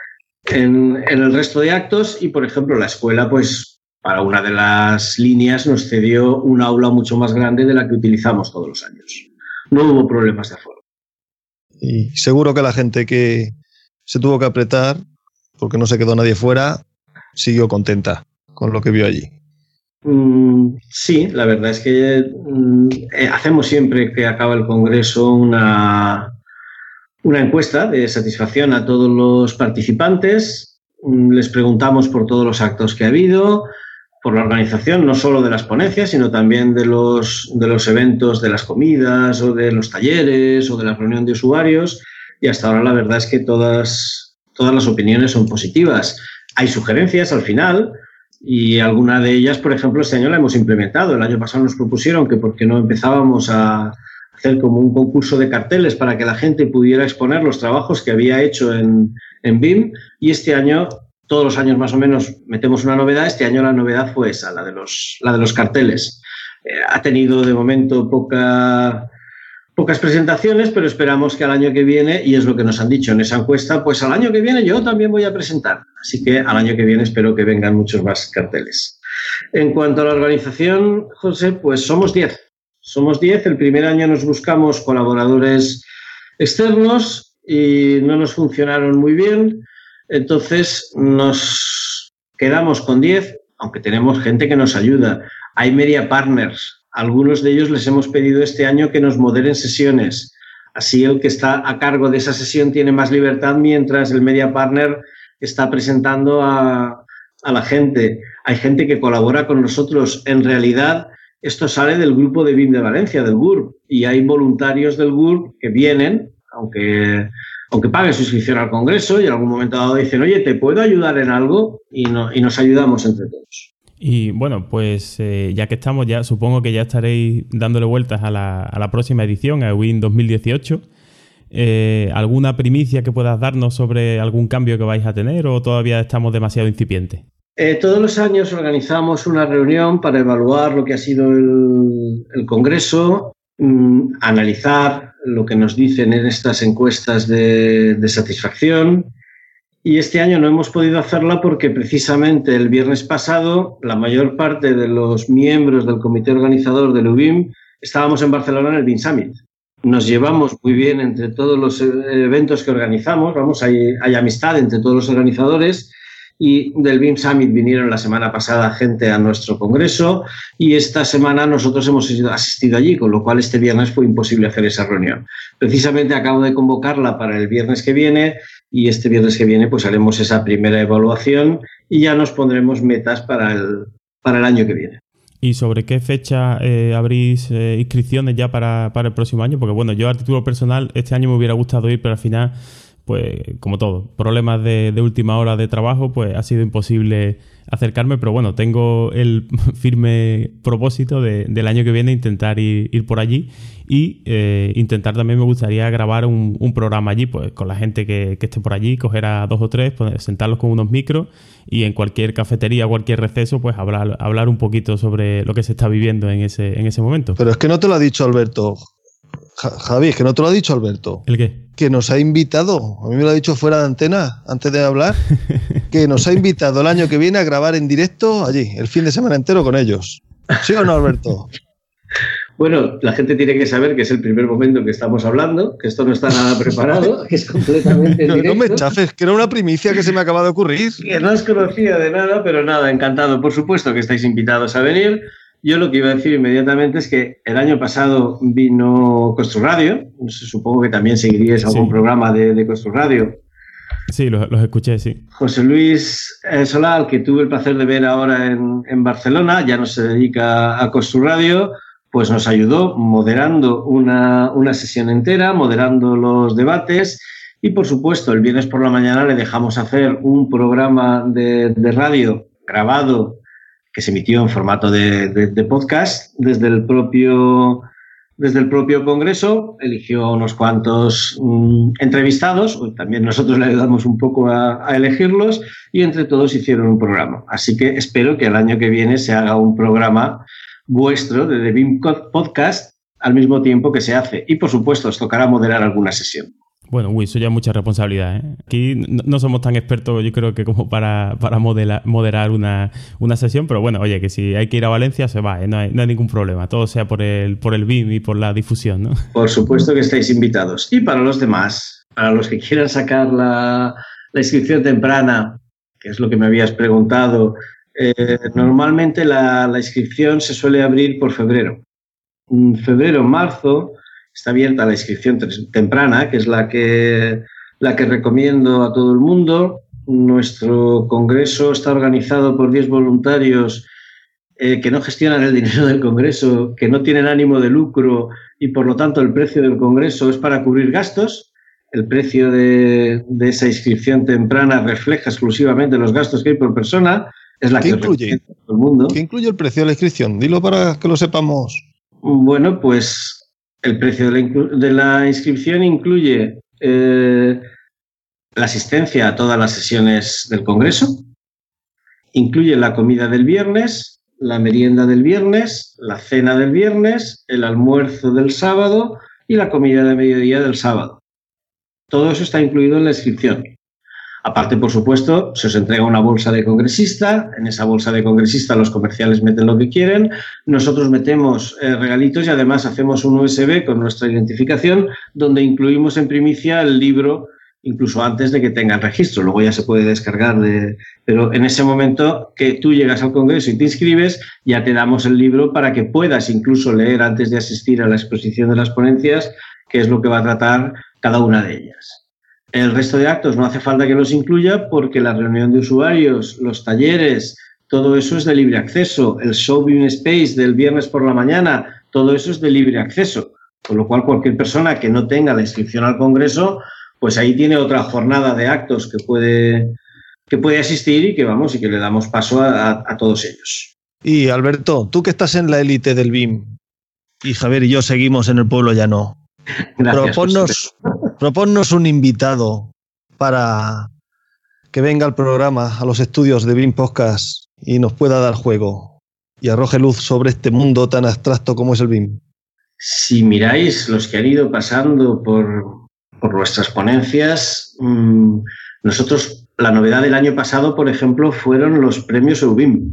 en, en el resto de actos y, por ejemplo, la escuela, pues, para una de las líneas nos cedió un aula mucho más grande de la que utilizamos todos los años. No hubo problemas de aforo. Y seguro que la gente que se tuvo que apretar, porque no se quedó nadie fuera, siguió contenta con lo que vio allí. Mm, sí, la verdad es que mm, eh, hacemos siempre que acaba el congreso una, una encuesta de satisfacción a todos los participantes. Mm, les preguntamos por todos los actos que ha habido, por la organización, no solo de las ponencias, sino también de los, de los eventos, de las comidas o de los talleres o de la reunión de usuarios. Y hasta ahora la verdad es que todas, todas las opiniones son positivas. Hay sugerencias al final. Y alguna de ellas, por ejemplo, este año la hemos implementado. El año pasado nos propusieron que por qué no empezábamos a hacer como un concurso de carteles para que la gente pudiera exponer los trabajos que había hecho en, en B I M. Y este año, todos los años más o menos, metemos una novedad. Este año la novedad fue esa, la de los, la de los carteles. Eh, ha tenido de momento poca... Pocas presentaciones, pero esperamos que al año que viene, y es lo que nos han dicho en esa encuesta, pues al año que viene yo también voy a presentar. Así que al año que viene espero que vengan muchos más carteles. En cuanto a la organización, José, pues somos diez. Somos diez. El primer año nos buscamos colaboradores externos y no nos funcionaron muy bien. Entonces nos quedamos con diez, aunque tenemos gente que nos ayuda. Hay media partners. Algunos de ellos les hemos pedido este año que nos moderen sesiones. Así el que está a cargo de esa sesión tiene más libertad mientras el media partner está presentando a, a la gente. Hay gente que colabora con nosotros. En realidad, esto sale del grupo de B I M de Valencia, del G U R P, y hay voluntarios del G U R P que vienen, aunque, aunque paguen suscripción al Congreso, y en algún momento dado dicen, oye, ¿te puedo ayudar en algo? Y, no, y nos ayudamos entre todos. Y bueno, pues eh, ya que estamos, ya supongo que ya estaréis dándole vueltas a la, a la próxima edición, a EUBIM dos mil dieciocho. Eh, ¿Alguna primicia que puedas darnos sobre algún cambio que vais a tener o todavía estamos demasiado incipientes? Eh, todos los años organizamos una reunión para evaluar lo que ha sido el, el Congreso, mmm, analizar lo que nos dicen en estas encuestas de, de satisfacción. Y este año no hemos podido hacerla porque precisamente el viernes pasado la mayor parte de los miembros del comité organizador del EUBIM estábamos en Barcelona en el B I M Summit. Nos llevamos muy bien entre todos los eventos que organizamos, vamos, hay, hay amistad entre todos los organizadores y del B I M Summit vinieron la semana pasada gente a nuestro congreso y esta semana nosotros hemos asistido allí, con lo cual este viernes fue imposible hacer esa reunión. Precisamente acabo de convocarla para el viernes que viene y este viernes que viene pues haremos esa primera evaluación y ya nos pondremos metas para el, para el año que viene. ¿Y sobre qué fecha eh, abrís eh, inscripciones ya para, para el próximo año? Porque bueno, yo a título personal este año me hubiera gustado ir, pero al final, pues como todo, problemas de, de última hora de trabajo, pues ha sido imposible acercarme, pero bueno, tengo el firme propósito de, del año que viene intentar ir, ir por allí y eh, intentar también me gustaría grabar un, un programa allí, pues con la gente que, que esté por allí, coger a dos o tres, pues, sentarlos con unos micros y en cualquier cafetería, cualquier receso, pues hablar, hablar un poquito sobre lo que se está viviendo en ese, en ese momento. Pero es que no te lo ha dicho Alberto. Javi, es que no te lo ha dicho Alberto. ¿El qué? Que nos ha invitado, a mí me lo ha dicho fuera de antena, antes de hablar, que nos ha invitado el año que viene a grabar en directo allí, el fin de semana entero con ellos. ¿Sí o no, Alberto? Bueno, la gente tiene que saber que es el primer momento que estamos hablando, que esto no está nada preparado, que es completamente en no, directo. No me chafes, que era una primicia que se me acaba de ocurrir. Que no os conocía de nada, pero nada, encantado. Por supuesto que estáis invitados a venir. Yo lo que iba a decir inmediatamente es que el año pasado vino Constru Radio. Supongo que también seguiríais algún sí. programa de, de Constru Radio. Sí, los, los escuché, sí. José Luis eh, Solá, al que tuve el placer de ver ahora en, en Barcelona, ya no se dedica a Constru Radio, pues nos ayudó moderando una, una sesión entera, moderando los debates y, por supuesto, el viernes por la mañana le dejamos hacer un programa de, de radio grabado que se emitió en formato de, de, de podcast desde el propio desde el propio Congreso. Eligió a unos cuantos mmm, entrevistados, también nosotros le ayudamos un poco a, a elegirlos y entre todos hicieron un programa. Así que espero que el año que viene se haga un programa vuestro de The B I M Podcast al mismo tiempo que se hace. Y, por supuesto, os tocará moderar alguna sesión. Bueno, uy, eso ya es mucha responsabilidad, ¿eh? Aquí no somos tan expertos, yo creo que como para, para modela, moderar una, una sesión, pero bueno, oye, que si hay que ir a Valencia se va, ¿eh? No hay, no hay ningún problema, todo sea por el, por el B I M y por la difusión, ¿no? Por supuesto que estáis invitados. Y para los demás, para los que quieran sacar la, la inscripción temprana, que es lo que me habías preguntado, eh, normalmente la, la inscripción se suele abrir por febrero. En febrero, marzo, está abierta la inscripción temprana, que es la que, la que recomiendo a todo el mundo. Nuestro congreso está organizado por diez voluntarios eh, que no gestionan el dinero del congreso, que no tienen ánimo de lucro y, por lo tanto, el precio del congreso es para cubrir gastos. El precio de, de esa inscripción temprana refleja exclusivamente los gastos que hay por persona. Es la ¿Qué que incluye? Todo el mundo. ¿Qué incluye el precio de la inscripción? Dilo para que lo sepamos. Bueno, pues el precio de la, de la inscripción incluye eh, la asistencia a todas las sesiones del Congreso, incluye la comida del viernes, la merienda del viernes, la cena del viernes, el almuerzo del sábado y la comida de mediodía del sábado. Todo eso está incluido en la inscripción. Aparte, por supuesto, se os entrega una bolsa de congresista. En esa bolsa de congresista los comerciales meten lo que quieren. Nosotros metemos eh, regalitos y además hacemos un U S B con nuestra identificación donde incluimos en primicia el libro incluso antes de que tenga el registro. Luego ya se puede descargar. De... Pero en ese momento que tú llegas al congreso y te inscribes, ya te damos el libro para que puedas incluso leer antes de asistir a la exposición de las ponencias, que es lo que va a tratar cada una de ellas. El resto de actos no hace falta que los incluya porque la reunión de usuarios, los talleres, todo eso es de libre acceso. El show B I M Space del viernes por la mañana, todo eso es de libre acceso. Con lo cual, cualquier persona que no tenga la inscripción al Congreso, pues ahí tiene otra jornada de actos que puede, que puede asistir y que vamos y que le damos paso a, a, a todos ellos. Y Alberto, tú que estás en la élite del B I M y Javier y yo seguimos en el pueblo llano. Gracias, proponnos, proponnos un invitado para que venga al programa, a los estudios de B I M Podcast y nos pueda dar juego y arroje luz sobre este mundo tan abstracto como es el B I M. Si miráis los que han ido pasando por, por nuestras ponencias, mmm, nosotros, la novedad del año pasado, por ejemplo, fueron los premios E U B I M.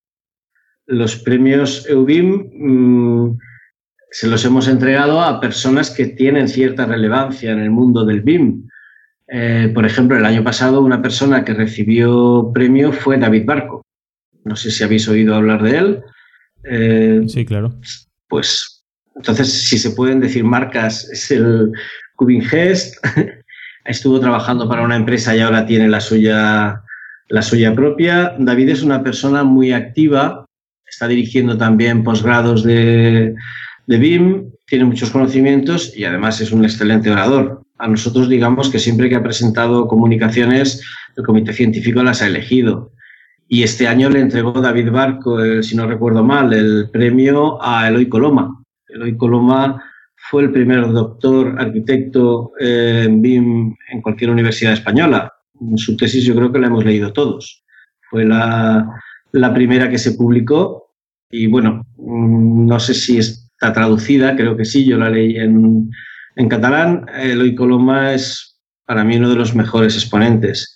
Los premios E U B I M mmm, se los hemos entregado a personas que tienen cierta relevancia en el mundo del B I M. Eh, por ejemplo, el año pasado una persona que recibió premio fue David Barco. No sé si habéis oído hablar de él. Eh, sí, claro. Pues, entonces, si se pueden decir marcas, es el Cubingest. Estuvo trabajando para una empresa y ahora tiene la suya, la suya propia. David es una persona muy activa. Está dirigiendo también posgrados de... de B I M, tiene muchos conocimientos y además es un excelente orador. A nosotros, digamos que siempre que ha presentado comunicaciones, el comité científico las ha elegido. Y este año le entregó David Barco, el, si no recuerdo mal, el premio a Eloy Coloma. Eloy Coloma fue el primer doctor arquitecto eh, en B I M en cualquier universidad española. Su tesis yo creo que la hemos leído todos. Fue la, la primera que se publicó y bueno, no sé si es está traducida, creo que sí, yo la leí en, en catalán. Eloi Coloma es para mí uno de los mejores exponentes.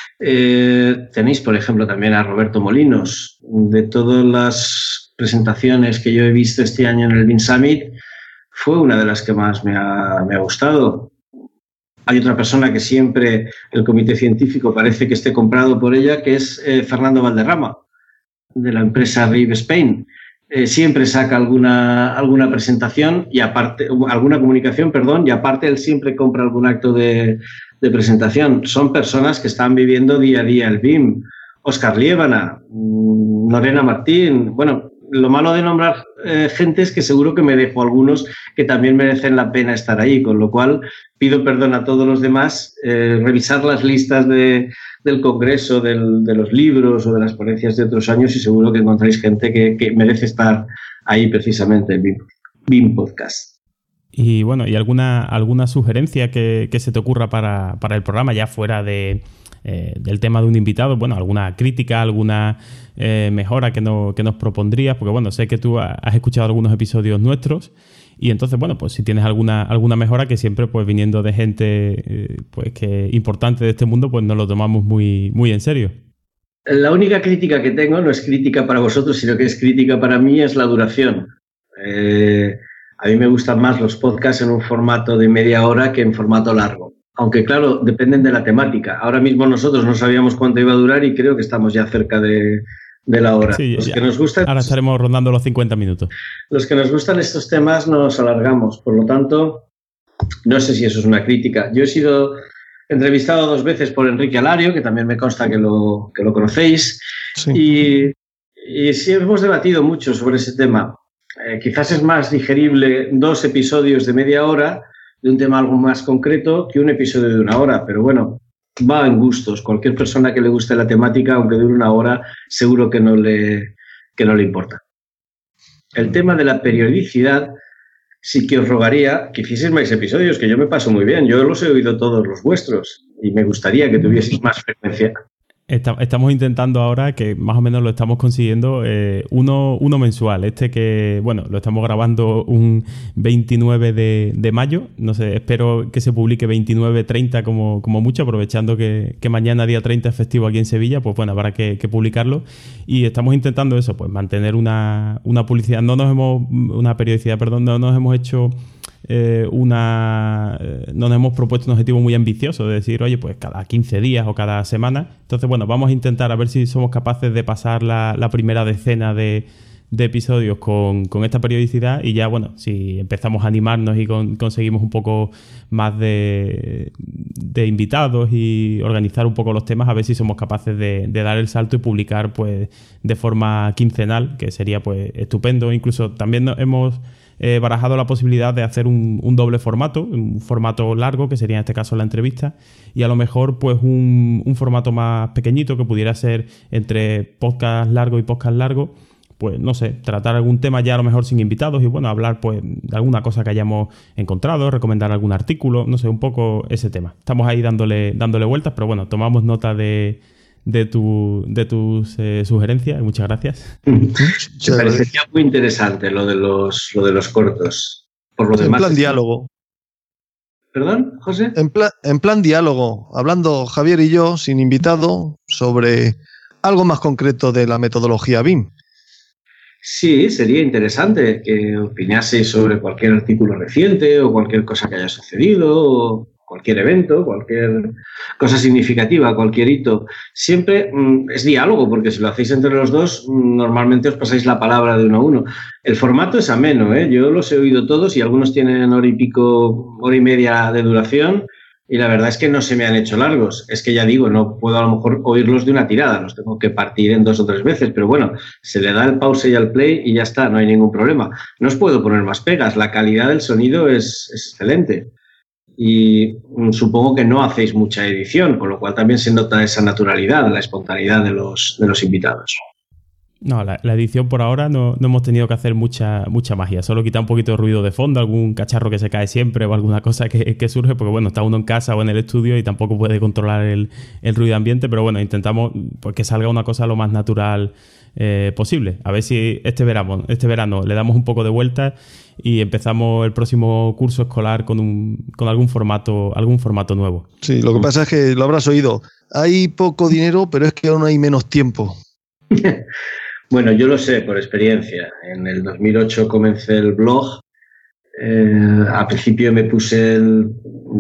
Eh, tenéis, por ejemplo, también a Roberto Molinos. De todas las presentaciones que yo he visto este año en el B I M Summit, fue una de las que más me ha, me ha gustado. Hay otra persona que siempre el comité científico parece que esté comprado por ella, que es eh, Fernando Valderrama, de la empresa Rive Spain. Eh, siempre saca alguna, alguna presentación y aparte, alguna comunicación, perdón, y aparte él siempre compra algún acto de, de presentación. Son personas que están viviendo día a día el B I M. Óscar Liébana, Lorena Martín. Bueno, lo malo de nombrar eh, gente es que seguro que me dejo algunos que también merecen la pena estar ahí, con lo cual pido perdón a todos los demás. Eh, revisar las listas de, del congreso, del, de los libros o de las ponencias de otros años y seguro que encontráis gente que, que merece estar ahí precisamente en B I M Podcast. Y bueno, ¿y alguna, alguna sugerencia que, que se te ocurra para, para el programa, ya fuera de, eh, del tema de un invitado? Bueno, alguna crítica, alguna eh, mejora que, no, que nos propondrías, porque bueno, sé que tú has escuchado algunos episodios nuestros y entonces, bueno, pues si tienes alguna, alguna mejora, que siempre pues viniendo de gente eh, pues que importante de este mundo, pues nos lo tomamos muy, muy en serio. La única crítica que tengo no es crítica para vosotros, sino que es crítica para mí, es la duración. Eh, a mí me gustan más los podcasts en un formato de media hora que en formato largo. Aunque, claro, dependen de la temática. Ahora mismo nosotros no sabíamos cuánto iba a durar y creo que estamos ya cerca de, de la hora. Sí, los ya. que nos gustan, ahora estaremos rondando los cincuenta minutos. Los que nos gustan estos temas nos alargamos. Por lo tanto, no sé si eso es una crítica. Yo he sido entrevistado dos veces por Enrique Alario, que también me consta que lo, que lo conocéis. Sí. Y, y sí hemos debatido mucho sobre ese tema. Eh, quizás es más digerible dos episodios de media hora de un tema algo más concreto que un episodio de una hora, pero bueno, va en gustos. Cualquier persona que le guste la temática, aunque dure una hora, seguro que no le, que no le importa. El tema de la periodicidad, sí que os rogaría que hicieseis más episodios, que yo me paso muy bien. Yo los he oído todos los vuestros y me gustaría que tuvieseis más frecuencia. Estamos intentando ahora, que más o menos lo estamos consiguiendo, eh, uno, uno mensual. Este que, bueno, lo estamos grabando un veintinueve de, de mayo. No sé, espero que se publique veintinueve treinta como, como mucho, aprovechando que, que mañana día treinta es festivo aquí en Sevilla, pues bueno, habrá que, que publicarlo. Y estamos intentando eso, pues mantener una, una publicidad. No nos hemos, una periodicidad, perdón, no nos hemos hecho... Eh, una eh, no nos hemos propuesto un objetivo muy ambicioso de decir, oye, pues cada quince días o cada semana. Entonces, bueno, vamos a intentar a ver si somos capaces de pasar la, la primera decena de, de episodios con, con esta periodicidad y ya, bueno, si empezamos a animarnos y con, conseguimos un poco más de, de invitados y organizar un poco los temas, a ver si somos capaces de, de dar el salto y publicar pues de forma quincenal, que sería pues estupendo. Incluso también nos hemos eh, barajado la posibilidad de hacer un, un doble formato, un formato largo, que sería en este caso la entrevista, y a lo mejor pues un, un formato más pequeñito que pudiera ser entre podcast largo y podcast largo. Pues no sé, tratar algún tema ya a lo mejor sin invitados y bueno, hablar pues de alguna cosa que hayamos encontrado, recomendar algún artículo, no sé, un poco ese tema. Estamos ahí dándole, dándole vueltas, pero bueno, tomamos nota de, de, tu, de tus eh, sugerencias. Muchas gracias. Me parecería muy interesante lo de los, lo de los cortos. Por lo en demás, plan es... diálogo. ¿Perdón, José? En, pla en plan diálogo, hablando Javier y yo, sin invitado, sobre algo más concreto de la metodología B I M. Sí, sería interesante que opinaseis sobre cualquier artículo reciente o cualquier cosa que haya sucedido, o cualquier evento, cualquier cosa significativa, cualquier hito. Siempre mmm, es diálogo, porque si lo hacéis entre los dos, mmm, normalmente os pasáis la palabra de uno a uno. El formato es ameno, ¿eh? Yo los he oído todos y algunos tienen hora y pico, hora y media de duración. Y la verdad es que no se me han hecho largos. Es que ya digo, no puedo a lo mejor oírlos de una tirada, los tengo que partir en dos o tres veces, pero bueno, se le da el pause y el play y ya está, no hay ningún problema. No os puedo poner más pegas, la calidad del sonido es, es excelente. Y mm, supongo que no hacéis mucha edición, con lo cual también se nota esa naturalidad, la espontaneidad de los, de los invitados. No, la, la edición por ahora no, no hemos tenido que hacer mucha mucha magia. Solo quitar un poquito de ruido de fondo, algún cacharro que se cae siempre o alguna cosa que, que surge, porque bueno, está uno en casa o en el estudio y tampoco puede controlar el, el ruido ambiente, pero bueno, intentamos pues, que salga una cosa lo más natural eh, posible. A ver si este verano, este verano le damos un poco de vuelta y empezamos el próximo curso escolar con un con algún formato algún formato nuevo. Sí, lo que pasa es que lo habrás oído. Hay poco dinero, pero es que aún hay menos tiempo. Bueno, yo lo sé por experiencia. En el dos mil ocho comencé el blog. Eh, al principio me puse el,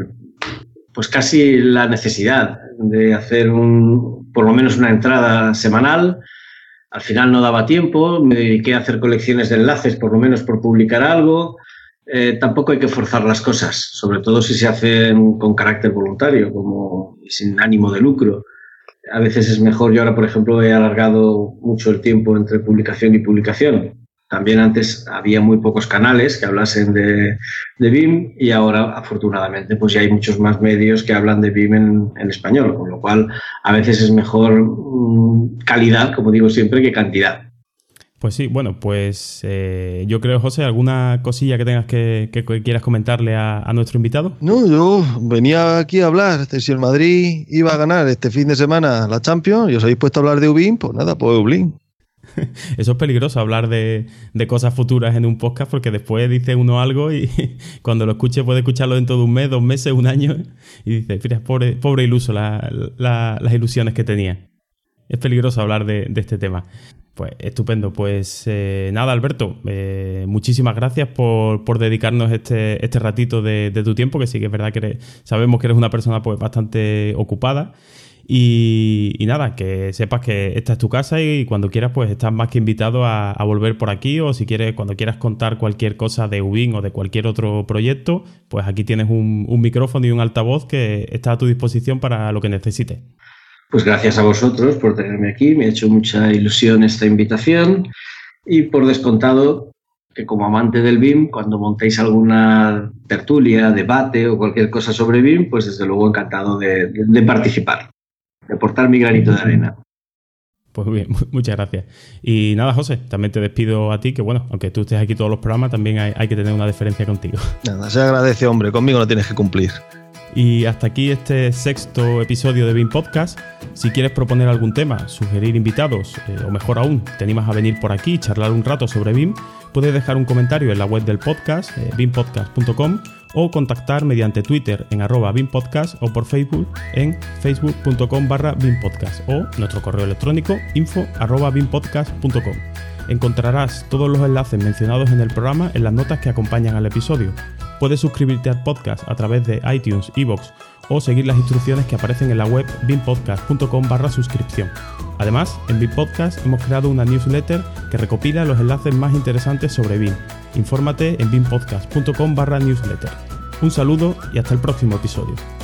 pues casi la necesidad de hacer un, por lo menos una entrada semanal. Al final no daba tiempo. Me dediqué a hacer colecciones de enlaces, por lo menos por publicar algo. Eh, tampoco hay que forzar las cosas, sobre todo si se hacen con carácter voluntario, como sin ánimo de lucro. A veces es mejor. Yo ahora, por ejemplo, he alargado mucho el tiempo entre publicación y publicación. También antes había muy pocos canales que hablasen de, de B I M y ahora, afortunadamente, pues ya hay muchos más medios que hablan de B I M en, en español, con lo cual a veces es mejor mmm, calidad, como digo siempre, que cantidad. Pues sí, bueno, pues eh, yo creo, José, ¿alguna cosilla que tengas que, que, que quieras comentarle a, a nuestro invitado? No, yo venía aquí a hablar de si el Madrid iba a ganar este fin de semana la Champions y os habéis puesto a hablar de U B I M, pues nada, pues U B I M. Eso es peligroso, hablar de, de cosas futuras en un podcast, porque después dice uno algo y cuando lo escuche puede escucharlo dentro de un mes, dos meses, un año y dice, mira, pobre, pobre iluso la, la, las ilusiones que tenía. Es peligroso hablar de, de este tema. Pues estupendo. Pues eh, nada, Alberto, eh, muchísimas gracias por, por dedicarnos este, este ratito de, de tu tiempo, que sí que es verdad que eres, sabemos que eres una persona pues bastante ocupada. Y, y nada, que sepas que esta es tu casa y cuando quieras pues estás más que invitado a, a volver por aquí, o si quieres, cuando quieras contar cualquier cosa de U B I M o de cualquier otro proyecto, pues aquí tienes un, un micrófono y un altavoz que está a tu disposición para lo que necesites. Pues gracias a vosotros por tenerme aquí, me ha hecho mucha ilusión esta invitación y por descontado que como amante del B I M, cuando montéis alguna tertulia, debate o cualquier cosa sobre B I M, pues desde luego encantado de, de, de participar, de aportar mi granito de arena. Pues muy bien, muchas gracias. Y nada, José, también te despido a ti, que bueno, aunque tú estés aquí todos los programas, también hay, hay que tener una deferencia contigo. Nada, se agradece, hombre, conmigo no tienes que cumplir. Y hasta aquí este sexto episodio de B I M Podcast. Si quieres proponer algún tema, sugerir invitados eh, o mejor aún, te animas a venir por aquí y charlar un rato sobre B I M, puedes dejar un comentario en la web del podcast, eh, bim podcast punto com, o contactar mediante Twitter en arroba bimpodcast o por Facebook en facebook punto com barra bimpodcast o nuestro correo electrónico info arroba bimpodcast punto com. Encontrarás todos los enlaces mencionados en el programa en las notas que acompañan al episodio. Puedes suscribirte al podcast a través de iTunes, iVoox o seguir las instrucciones que aparecen en la web bimpodcast punto com barra suscripción. Además, en B I M Podcast hemos creado una newsletter que recopila los enlaces más interesantes sobre B I M. Infórmate en bimpodcast punto com barra newsletter. Un saludo y hasta el próximo episodio.